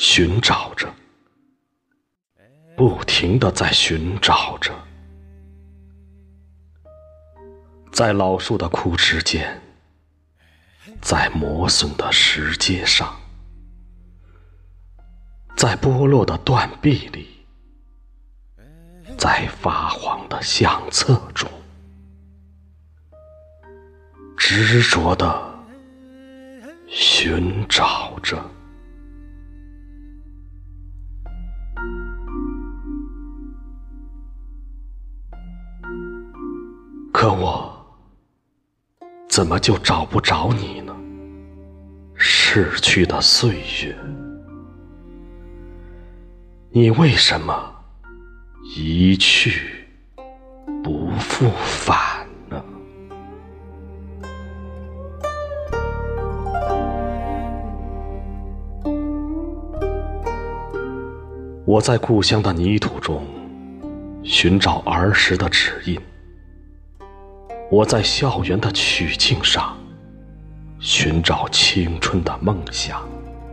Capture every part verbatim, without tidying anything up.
寻找着，不停地在寻找着。在老树的枯枝间，在磨损的石阶上，在剥落的断壁里，在发黄的相册中，执着地寻找着。可我怎么就找不着你呢？逝去的岁月，你为什么一去不复返呢？我在故乡的泥土中寻找儿时的指印，我在校园的曲径上寻找青春的梦想，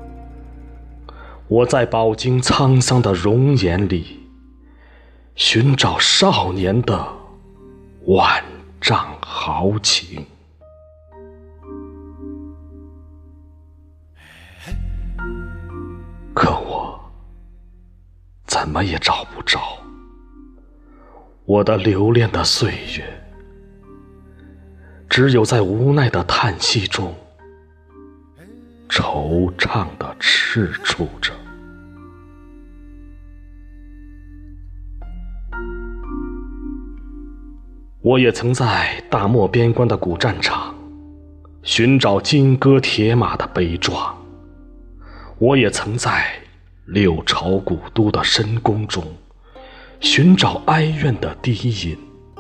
我在饱经沧桑的容颜里寻找少年的万丈豪情。可我怎么也找不着我的留恋的岁月，只有在无奈的叹息中惆怅地踟蹰着。我也曾在大漠边关的古战场寻找金戈铁马的悲壮，我也曾在六朝古都的深宫中寻找哀怨的低吟，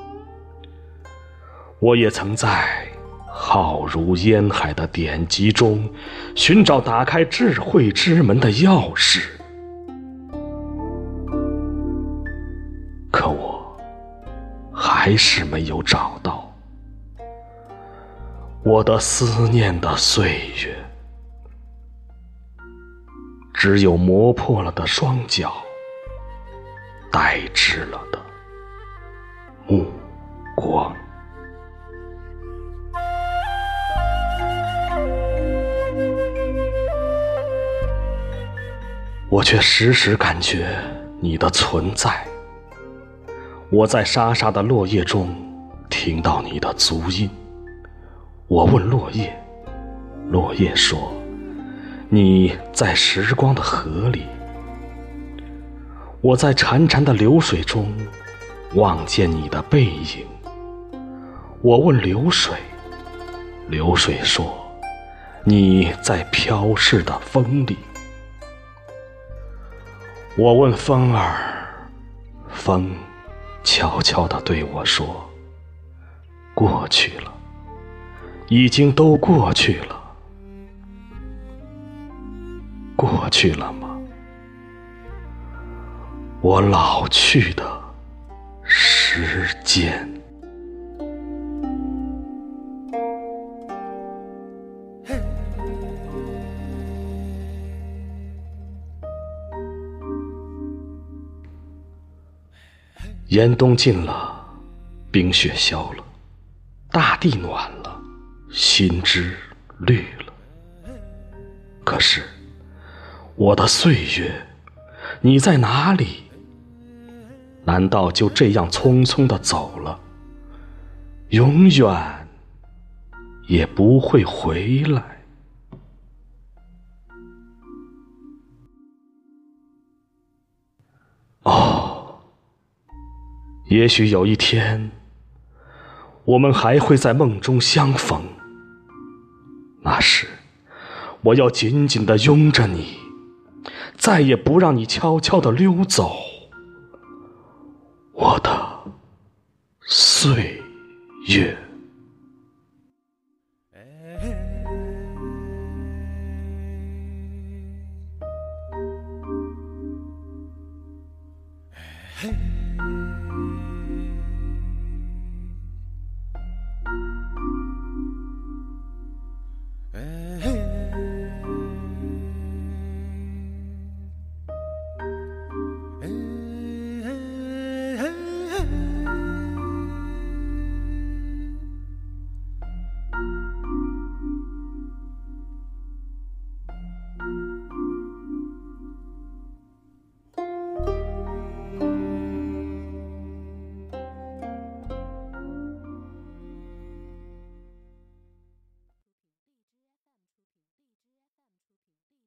我也曾在浩如烟海的典籍中寻找打开智慧之门的钥匙。可我还是没有找到我的思念的岁月，只有磨破了的双脚，呆滞了的目光。我却时时感觉你的存在，我在沙沙的落叶中听到你的足音。我问落叶，落叶说你在时光的河里。我在潺潺的流水中望见你的背影。我问流水，流水说你在飘逝的风里。我问风儿，风悄悄地对我说，过去了，已经都过去了。过去了吗？我老去的时间。严冬尽了，冰雪消了，大地暖了，心枝绿了。可是我的岁月，你在哪里？难道就这样匆匆地走了，永远也不会回来？哦，也许有一天，我们还会在梦中相逢。那时，我要紧紧地拥着你，再也不让你悄悄地溜走。我的岁月。 Hey